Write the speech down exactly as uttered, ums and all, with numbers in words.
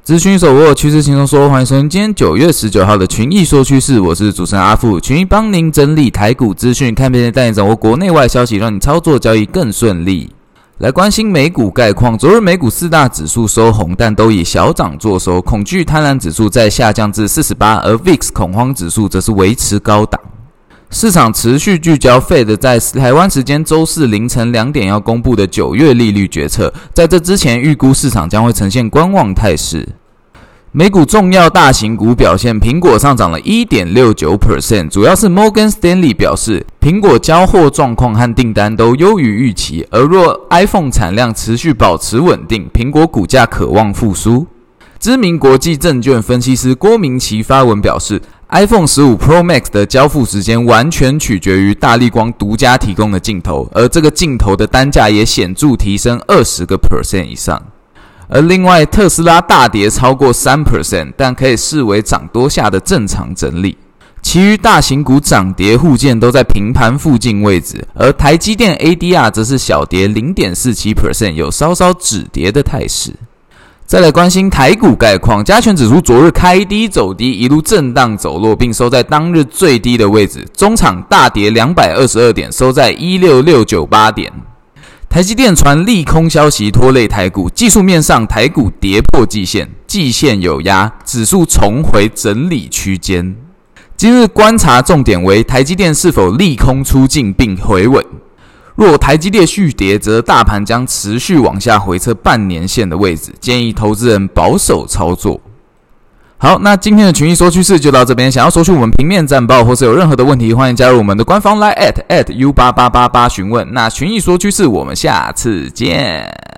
资讯手握，趋势轻松说，欢迎收听今天九月十九号的群益说趋势，我是主持人阿富。群益帮您整理台股资讯，看遍带你掌握国内外消息，让你操作交易更顺利。来关心美股概况，昨日美股四大指数收红，但都以小涨作收，恐惧贪婪指数在下降至四十八，而 V I X 恐慌指数则是维持高档。市场持续聚焦 Fed 在台湾时间周四凌晨两点要公布的九月利率决策，在这之前预估市场将会呈现观望态势。美股重要大型股表现，苹果上涨了 百分之一点六九， 主要是 Morgan Stanley 表示苹果交货状况和订单都优于预期，而若 iPhone 产量持续保持稳定，苹果股价可望复苏。知名国际证券分析师郭明錤发文表示， iPhone 十五 Pro Max 的交付时间完全取决于大立光独家提供的镜头，而这个镜头的单价也显著提升 百分之二十 以上。而另外，特斯拉大跌超过 百分之三， 但可以视为涨多下的正常整理。其余大型股涨跌互见，都在平盘附近位置，而台积电 A D R 则是小跌 百分之零点四七， 有稍稍止跌的态势。再来关心台股概况，加权指数昨日开低走低，一路震荡走弱，并收在当日最低的位置，中场大跌两百二十二点，收在一六六九八点。台积电传利空消息拖累台股，技术面上台股跌破季线，季线有压，指数重回整理区间。今日观察重点为台积电是否利空出尽并回稳。若台积电续跌，则大盘将持续往下回测半年线的位置，建议投资人保守操作。好，那今天的群益说趋势就到这边。想要索取我们平面战报或是有任何的问题，欢迎加入我们的官方 LINE at at u 八八八八 询问。那群益说趋势，我们下次见。